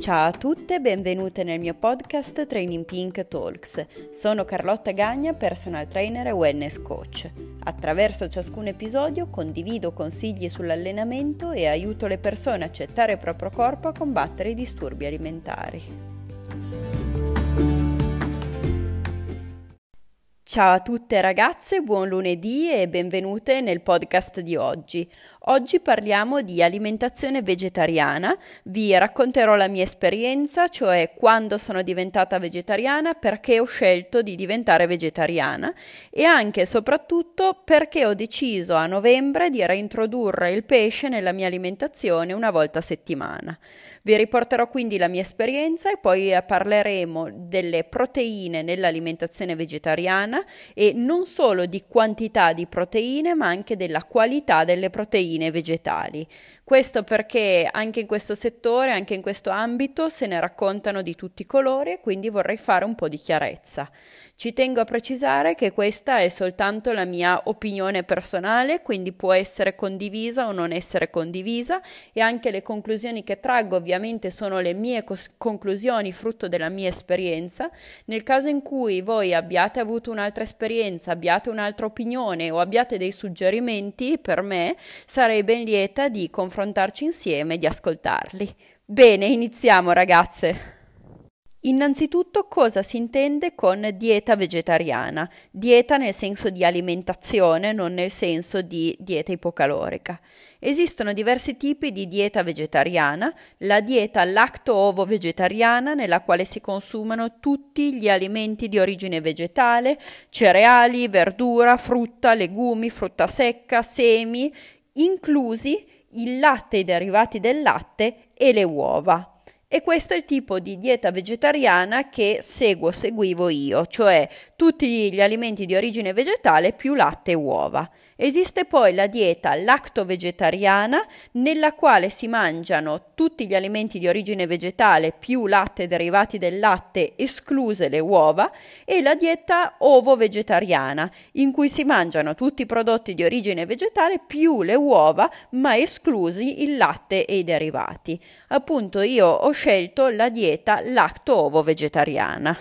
Ciao a tutte e benvenute nel mio podcast Training Pink Talks. Sono Carlotta Gagna, personal trainer e wellness coach. Attraverso ciascun episodio condivido consigli sull'allenamento e aiuto le persone a accettare il proprio corpo a combattere i disturbi alimentari. Ciao a tutte ragazze, buon lunedì e benvenute nel podcast di oggi. Oggi parliamo di alimentazione vegetariana, vi racconterò la mia esperienza, cioè quando sono diventata vegetariana, perché ho scelto di diventare vegetariana e anche e soprattutto perché ho deciso a novembre di reintrodurre il pesce nella mia alimentazione una volta a settimana. Vi riporterò quindi la mia esperienza e poi parleremo delle proteine nell'alimentazione vegetariana e non solo di quantità di proteine ma anche della qualità delle proteine vegetali. Questo perché anche in questo settore, anche in questo ambito se ne raccontano di tutti i colori e quindi vorrei fare un po' di chiarezza. Ci tengo a precisare che questa è soltanto la mia opinione personale, quindi può essere condivisa o non essere condivisa e anche le conclusioni che traggo ovviamente sono le mie conclusioni frutto della mia esperienza. Nel caso in cui voi abbiate avuto un'altra esperienza, abbiate un'altra opinione o abbiate dei suggerimenti per me, sarei ben lieta di confrontarci insieme e di ascoltarli. Bene, iniziamo ragazze! Innanzitutto cosa si intende con dieta vegetariana? Dieta nel senso di alimentazione, non nel senso di dieta ipocalorica. Esistono diversi tipi di dieta vegetariana, la dieta lacto-ovo vegetariana nella quale si consumano tutti gli alimenti di origine vegetale, cereali, verdura, frutta, legumi, frutta secca, semi, inclusi il latte e i derivati del latte e le uova. E questo è il tipo di dieta vegetariana che seguivo io, cioè tutti gli alimenti di origine vegetale più latte e uova. Esiste poi la dieta lacto-vegetariana nella quale si mangiano tutti gli alimenti di origine vegetale più latte e derivati del latte escluse le uova e la dieta ovo-vegetariana in cui si mangiano tutti i prodotti di origine vegetale più le uova ma esclusi il latte e i derivati. Appunto io ho scelto la dieta lacto-ovo-vegetariana.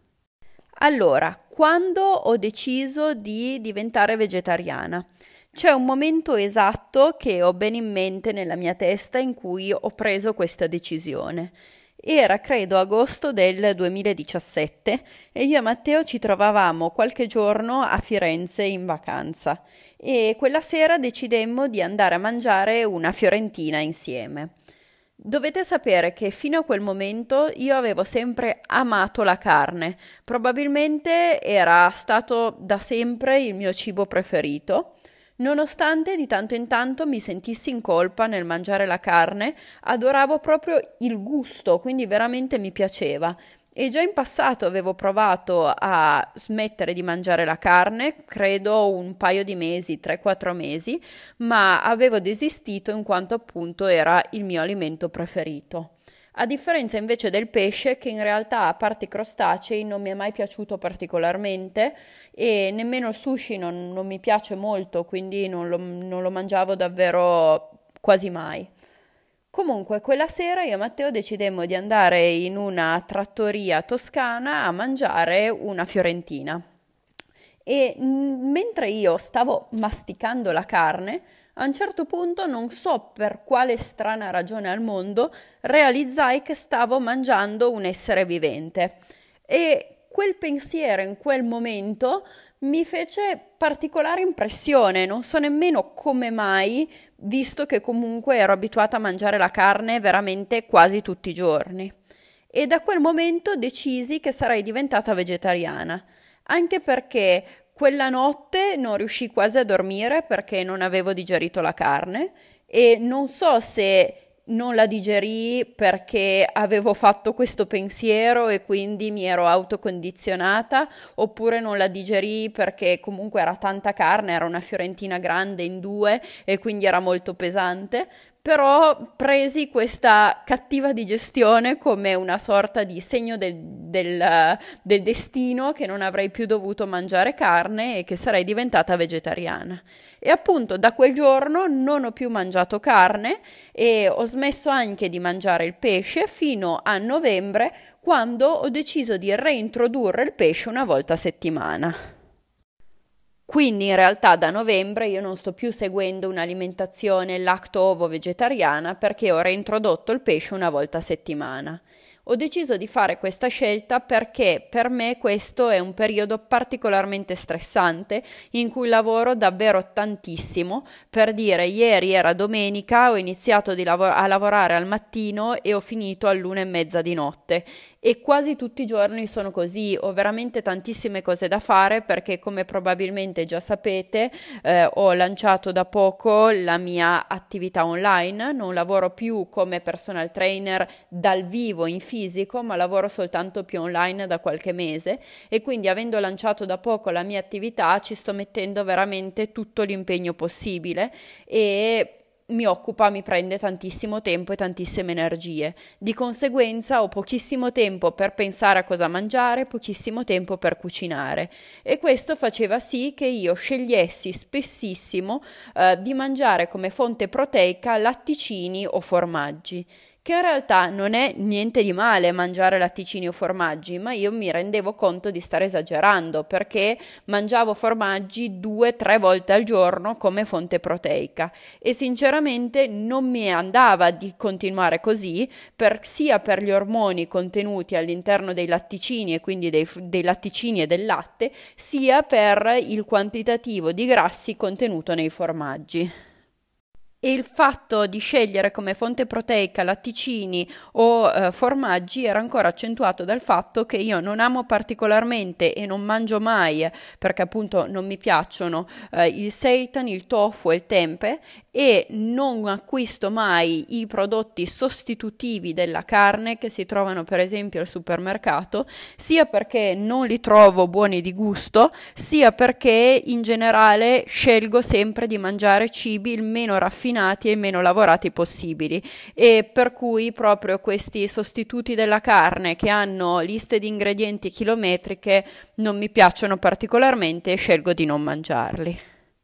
Allora, quando ho deciso di diventare vegetariana? C'è un momento esatto che ho ben in mente nella mia testa in cui ho preso questa decisione. Era credo agosto del 2017 e io e Matteo ci trovavamo qualche giorno a Firenze in vacanza e quella sera decidemmo di andare a mangiare una fiorentina insieme. Dovete sapere che fino a quel momento io avevo sempre amato la carne, probabilmente era stato da sempre il mio cibo preferito, nonostante di tanto in tanto mi sentissi in colpa nel mangiare la carne, adoravo proprio il gusto, quindi veramente mi piaceva. E già in passato avevo provato a smettere di mangiare la carne, credo un paio di mesi, 3-4 mesi, ma avevo desistito in quanto appunto era il mio alimento preferito. A differenza invece del pesce, che in realtà a parte i crostacei non mi è mai piaciuto particolarmente e nemmeno il sushi non mi piace molto, quindi non lo mangiavo davvero quasi mai. Comunque, quella sera io e Matteo decidemmo di andare in una trattoria toscana a mangiare una fiorentina. E mentre io stavo masticando la carne, a un certo punto, non so per quale strana ragione al mondo, realizzai che stavo mangiando un essere vivente. E quel pensiero in quel momento mi fece particolare impressione, non so nemmeno come mai, visto che comunque ero abituata a mangiare la carne veramente quasi tutti i giorni. E da quel momento decisi che sarei diventata vegetariana, anche perché quella notte non riuscii quasi a dormire perché non avevo digerito la carne e non so se non la digerii perché avevo fatto questo pensiero e quindi mi ero autocondizionata, oppure non la digerii perché comunque era tanta carne, era una fiorentina grande in due e quindi era molto pesante, però presi questa cattiva digestione come una sorta di segno del destino, che non avrei più dovuto mangiare carne e che sarei diventata vegetariana. E appunto da quel giorno non ho più mangiato carne e ho smesso anche di mangiare il pesce fino a novembre, quando ho deciso di reintrodurre il pesce una volta a settimana. Quindi in realtà da novembre io non sto più seguendo un'alimentazione lacto-ovo vegetariana, perché ho reintrodotto il pesce una volta a settimana. Ho deciso di fare questa scelta perché per me questo è un periodo particolarmente stressante, in cui lavoro davvero tantissimo. Per dire, ieri era domenica, ho iniziato a lavorare al mattino e ho finito all'1:30 di notte. E quasi tutti i giorni sono così, ho veramente tantissime cose da fare, perché come probabilmente già sapete ho lanciato da poco la mia attività online. Non lavoro più come personal trainer dal vivo in fisico, ma lavoro soltanto più online da qualche mese, e quindi avendo lanciato da poco la mia attività ci sto mettendo veramente tutto l'impegno possibile e mi prende tantissimo tempo e tantissime energie. Di conseguenza ho pochissimo tempo per pensare a cosa mangiare, pochissimo tempo per cucinare, e questo faceva sì che io scegliessi spessissimo di mangiare come fonte proteica latticini o formaggi. Che in realtà non è niente di male mangiare latticini o formaggi, ma io mi rendevo conto di stare esagerando, perché mangiavo formaggi 2-3 volte al giorno come fonte proteica e sinceramente non mi andava di continuare così, sia per gli ormoni contenuti all'interno dei latticini e quindi dei latticini e del latte, sia per il quantitativo di grassi contenuto nei formaggi. E il fatto di scegliere come fonte proteica latticini o formaggi era ancora accentuato dal fatto che io non amo particolarmente e non mangio mai, perché appunto non mi piacciono, il seitan, il tofu e il tempeh, e non acquisto mai i prodotti sostitutivi della carne che si trovano per esempio al supermercato, sia perché non li trovo buoni di gusto, sia perché in generale scelgo sempre di mangiare cibi il meno raffinati e il meno lavorati possibili, e per cui proprio questi sostituti della carne che hanno liste di ingredienti chilometriche non mi piacciono particolarmente e scelgo di non mangiarli.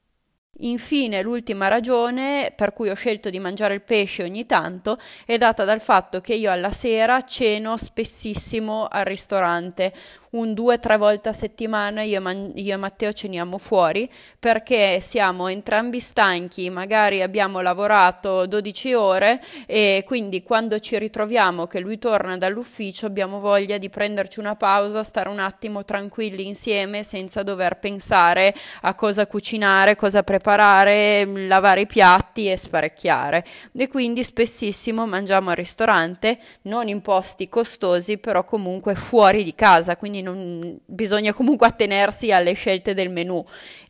Infine, l'ultima ragione per cui ho scelto di mangiare il pesce ogni tanto è data dal fatto che io alla sera ceno spessissimo al ristorante. 2-3 volte a settimana io e Matteo ceniamo fuori, perché siamo entrambi stanchi, magari abbiamo lavorato 12 ore e quindi quando ci ritroviamo che lui torna dall'ufficio abbiamo voglia di prenderci una pausa, stare un attimo tranquilli insieme senza dover pensare a cosa cucinare, cosa preparare, lavare i piatti e sparecchiare, e quindi spessissimo mangiamo al ristorante, non in posti costosi, però comunque fuori di casa, quindi bisogna comunque attenersi alle scelte del menù.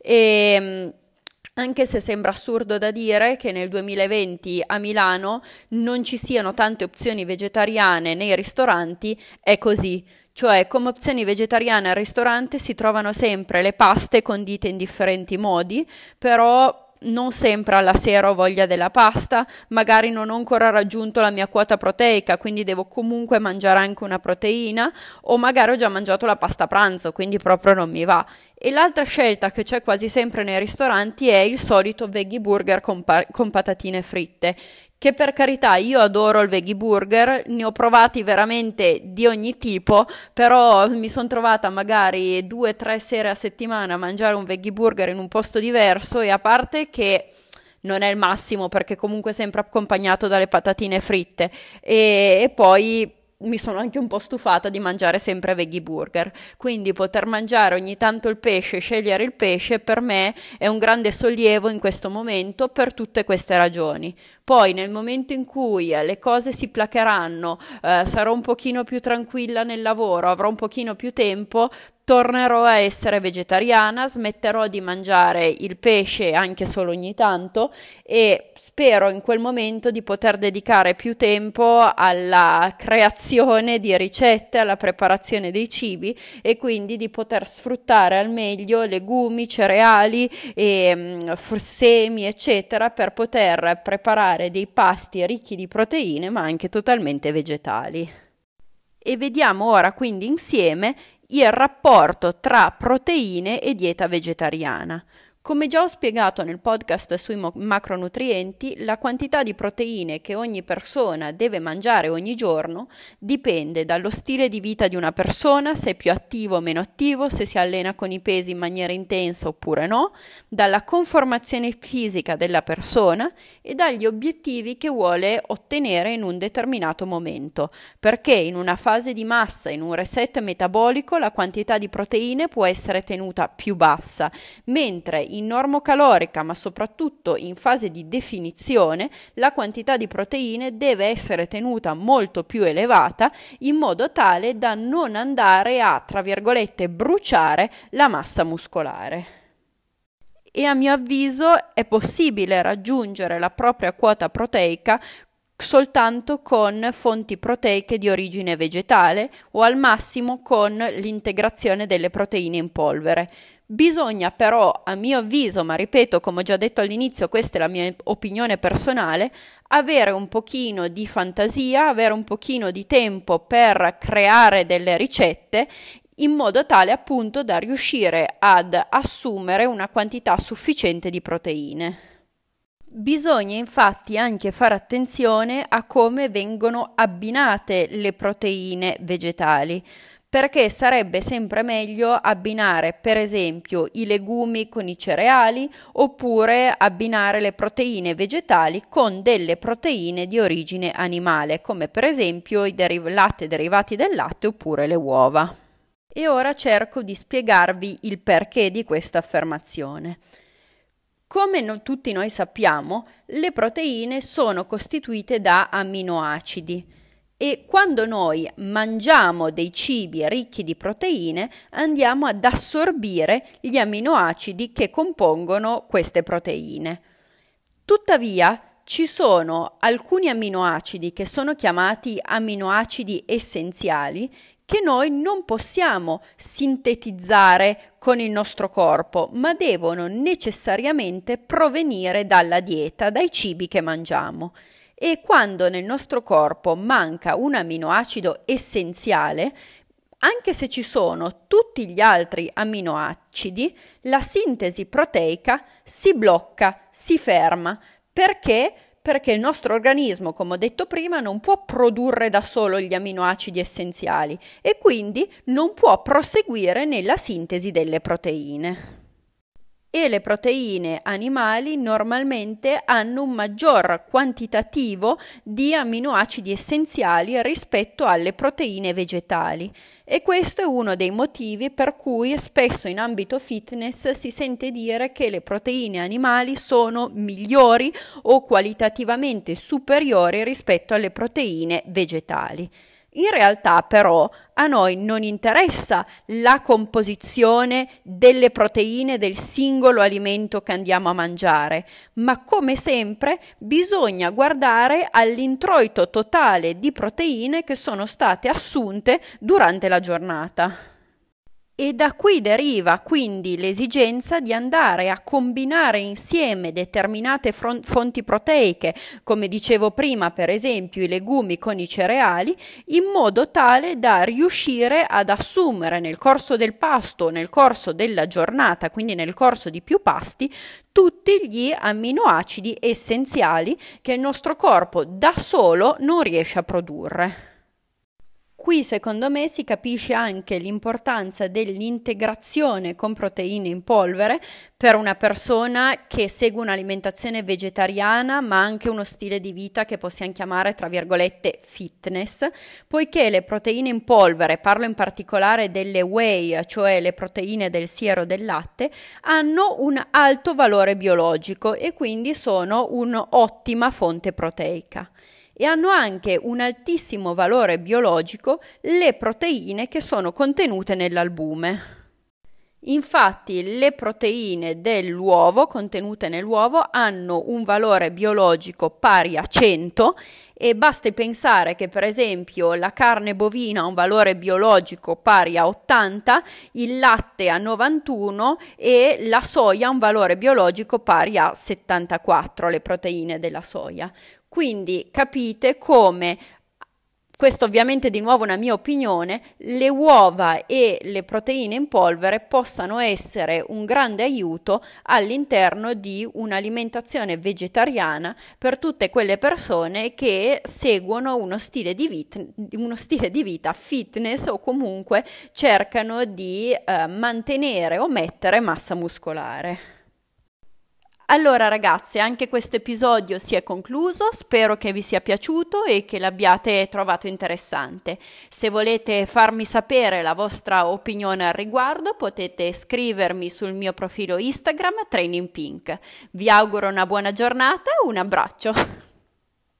E anche se sembra assurdo da dire che nel 2020 a Milano non ci siano tante opzioni vegetariane nei ristoranti, è così. Cioè, come opzioni vegetariane al ristorante si trovano sempre le paste condite in differenti modi, però non sempre alla sera ho voglia della pasta, magari non ho ancora raggiunto la mia quota proteica, quindi devo comunque mangiare anche una proteina, o magari ho già mangiato la pasta a pranzo, quindi proprio non mi va. E l'altra scelta che c'è quasi sempre nei ristoranti è il solito veggie burger con patatine fritte, che per carità io adoro il veggie burger, ne ho provati veramente di ogni tipo, però mi sono trovata magari 2-3 sere a settimana a mangiare un veggie burger in un posto diverso, e a parte che non è il massimo perché comunque sempre accompagnato dalle patatine fritte, e poi mi sono anche un po' stufata di mangiare sempre veggie burger, quindi poter mangiare ogni tanto il pesce, scegliere il pesce, per me è un grande sollievo in questo momento, per tutte queste ragioni. Poi nel momento in cui le cose si placheranno, sarò un pochino più tranquilla nel lavoro, avrò un pochino più tempo, tornerò a essere vegetariana, smetterò di mangiare il pesce anche solo ogni tanto e spero in quel momento di poter dedicare più tempo alla creazione di ricette, alla preparazione dei cibi e quindi di poter sfruttare al meglio legumi, cereali e semi, eccetera, per poter preparare dei pasti ricchi di proteine ma anche totalmente vegetali. E vediamo ora quindi insieme il rapporto tra proteine e dieta vegetariana. Come già ho spiegato nel podcast sui macronutrienti, la quantità di proteine che ogni persona deve mangiare ogni giorno dipende dallo stile di vita di una persona, se è più attivo o meno attivo, se si allena con i pesi in maniera intensa oppure no, dalla conformazione fisica della persona e dagli obiettivi che vuole ottenere in un determinato momento, perché in una fase di massa, in un reset metabolico, la quantità di proteine può essere tenuta più bassa, mentre in normocalorica, ma soprattutto in fase di definizione, la quantità di proteine deve essere tenuta molto più elevata in modo tale da non andare a, tra virgolette, bruciare la massa muscolare. E a mio avviso è possibile raggiungere la propria quota proteica soltanto con fonti proteiche di origine vegetale o al massimo con l'integrazione delle proteine in polvere. Bisogna però, a mio avviso, ma ripeto, come ho già detto all'inizio, questa è la mia opinione personale, avere un pochino di fantasia, avere un pochino di tempo per creare delle ricette in modo tale appunto da riuscire ad assumere una quantità sufficiente di proteine. Bisogna infatti anche fare attenzione a come vengono abbinate le proteine vegetali, perché sarebbe sempre meglio abbinare per esempio i legumi con i cereali oppure abbinare le proteine vegetali con delle proteine di origine animale, come per esempio i latte derivati del latte oppure le uova. E ora cerco di spiegarvi il perché di questa affermazione. Come tutti noi sappiamo, le proteine sono costituite da amminoacidi e quando noi mangiamo dei cibi ricchi di proteine andiamo ad assorbire gli amminoacidi che compongono queste proteine. Tuttavia, ci sono alcuni amminoacidi che sono chiamati amminoacidi essenziali che noi non possiamo sintetizzare con il nostro corpo, ma devono necessariamente provenire dalla dieta, dai cibi che mangiamo. E quando nel nostro corpo manca un amminoacido essenziale, anche se ci sono tutti gli altri amminoacidi, la sintesi proteica si blocca, si ferma. Perché? Perché il nostro organismo, come ho detto prima, non può produrre da solo gli amminoacidi essenziali e quindi non può proseguire nella sintesi delle proteine. E le proteine animali normalmente hanno un maggior quantitativo di amminoacidi essenziali rispetto alle proteine vegetali e questo è uno dei motivi per cui spesso in ambito fitness si sente dire che le proteine animali sono migliori o qualitativamente superiori rispetto alle proteine vegetali. In realtà però a noi non interessa la composizione delle proteine del singolo alimento che andiamo a mangiare, ma come sempre bisogna guardare all'introito totale di proteine che sono state assunte durante la giornata. E da qui deriva quindi l'esigenza di andare a combinare insieme determinate fonti proteiche, come dicevo prima, per esempio i legumi con i cereali, in modo tale da riuscire ad assumere nel corso del pasto, nel corso della giornata, quindi nel corso di più pasti, tutti gli amminoacidi essenziali che il nostro corpo da solo non riesce a produrre. Qui secondo me si capisce anche l'importanza dell'integrazione con proteine in polvere per una persona che segue un'alimentazione vegetariana ma anche uno stile di vita che possiamo chiamare tra virgolette fitness, poiché le proteine in polvere, parlo in particolare delle whey, cioè le proteine del siero del latte, hanno un alto valore biologico e quindi sono un'ottima fonte proteica. E hanno anche un altissimo valore biologico le proteine che sono contenute nell'albume. Infatti le proteine dell'uovo contenute nell'uovo hanno un valore biologico pari a 100 e basti pensare che per esempio la carne bovina ha un valore biologico pari a 80, il latte a 91 e la soia ha un valore biologico pari a 74, le proteine della soia. Quindi capite come, questo ovviamente di nuovo è una mia opinione, le uova e le proteine in polvere possano essere un grande aiuto all'interno di un'alimentazione vegetariana per tutte quelle persone che seguono uno stile di vita fitness o comunque cercano di mantenere o mettere massa muscolare. Allora ragazze, anche questo episodio si è concluso, spero che vi sia piaciuto e che l'abbiate trovato interessante. Se volete farmi sapere la vostra opinione al riguardo, potete scrivermi sul mio profilo Instagram Training Pink. Vi auguro una buona giornata, un abbraccio!